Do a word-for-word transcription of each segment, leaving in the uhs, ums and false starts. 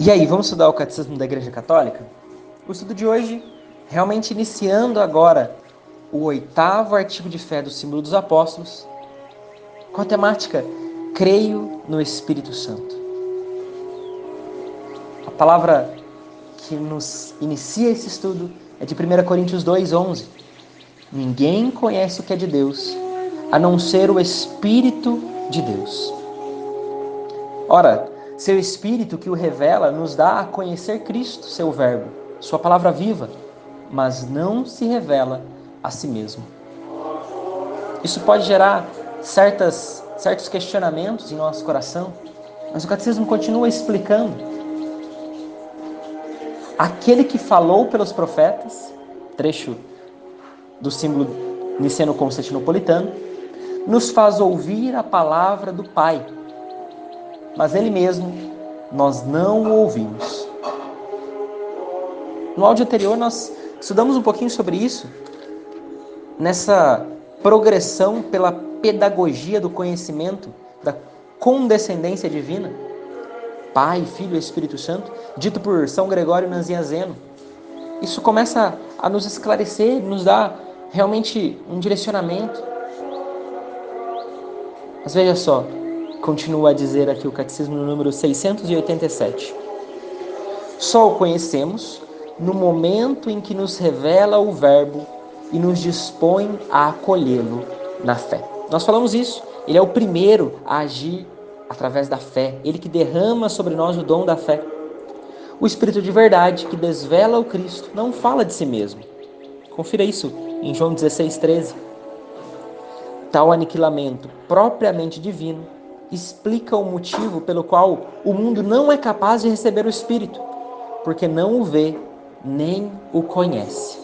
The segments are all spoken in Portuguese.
E aí, vamos estudar o Catecismo da Igreja Católica? O estudo de hoje, realmente iniciando agora o oitavo artigo de fé do Símbolo dos Apóstolos, com a temática Creio no Espírito Santo. A palavra que nos inicia esse estudo é de primeira Coríntios dois, onze. Ninguém conhece o que é de Deus, a não ser o Espírito de Deus. Ora, seu Espírito que o revela nos dá a conhecer Cristo, seu Verbo, sua palavra viva, mas não se revela a si mesmo. Isso pode gerar certas, certos questionamentos em nosso coração, mas o Catecismo continua explicando. Aquele que falou pelos profetas, trecho do símbolo niceno-constantinopolitano, nos faz ouvir a palavra do Pai, mas Ele mesmo nós não o ouvimos. No áudio anterior nós estudamos um pouquinho sobre isso, nessa progressão pela pedagogia do conhecimento, da condescendência divina, Pai, Filho e Espírito Santo, dito por São Gregório Nazianzeno. Isso começa a nos esclarecer, nos dá realmente um direcionamento. Mas veja só, continua a dizer aqui o Catecismo no número seiscentos e oitenta e sete. Só o conhecemos no momento em que nos revela o Verbo e nos dispõe a acolhê-lo na fé. Nós falamos isso, ele é o primeiro a agir através da fé, ele que derrama sobre nós o dom da fé. O Espírito de verdade que desvela o Cristo não fala de si mesmo. Confira isso em João dezesseis, treze. Tal aniquilamento propriamente divino explica o motivo pelo qual o mundo não é capaz de receber o Espírito, porque não o vê nem o conhece.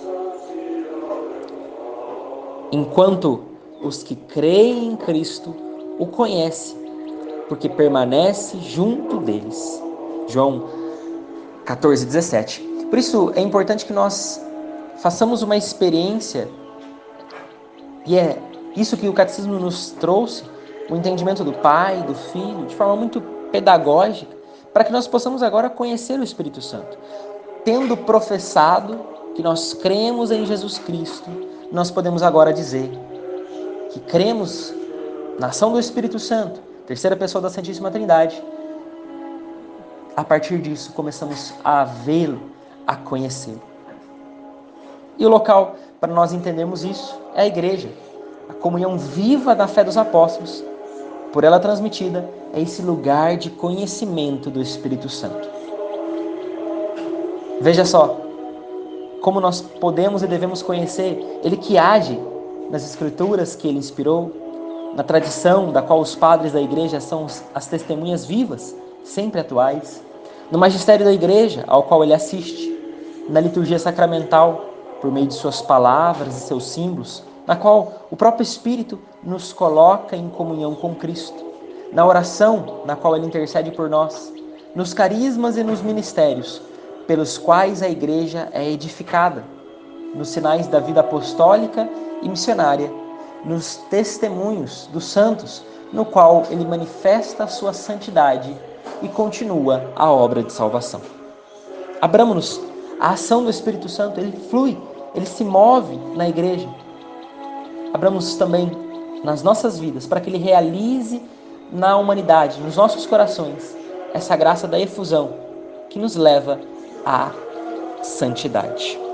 Enquanto os que creem em Cristo o conhecem, porque permanece junto deles. João catorze, dezessete. Por isso é importante que nós façamos uma experiência, e é isso que o Catecismo nos trouxe, o entendimento do Pai, do Filho, de forma muito pedagógica, para que nós possamos agora conhecer o Espírito Santo. Tendo professado que nós cremos em Jesus Cristo, nós podemos agora dizer que cremos na ação do Espírito Santo, terceira pessoa da Santíssima Trindade. A partir disso, começamos a vê-lo, a conhecê-lo. E o local para nós entendermos isso é a igreja, a comunhão viva da fé dos apóstolos, por ela transmitida, é esse lugar de conhecimento do Espírito Santo. Veja só, como nós podemos e devemos conhecer Ele que age nas Escrituras que Ele inspirou, na tradição da qual os padres da igreja são as testemunhas vivas, sempre atuais, no magistério da igreja ao qual Ele assiste, na liturgia sacramental, por meio de suas palavras e seus símbolos, na qual o próprio Espírito nos coloca em comunhão com Cristo, na oração na qual Ele intercede por nós, nos carismas e nos ministérios pelos quais a igreja é edificada, nos sinais da vida apostólica e missionária, nos testemunhos dos santos, no qual Ele manifesta a sua santidade e continua a obra de salvação. Abramos-nos à ação do Espírito Santo, Ele flui, Ele se move na igreja. Abramos também nas nossas vidas, para que Ele realize na humanidade, nos nossos corações, essa graça da efusão que nos leva à santidade.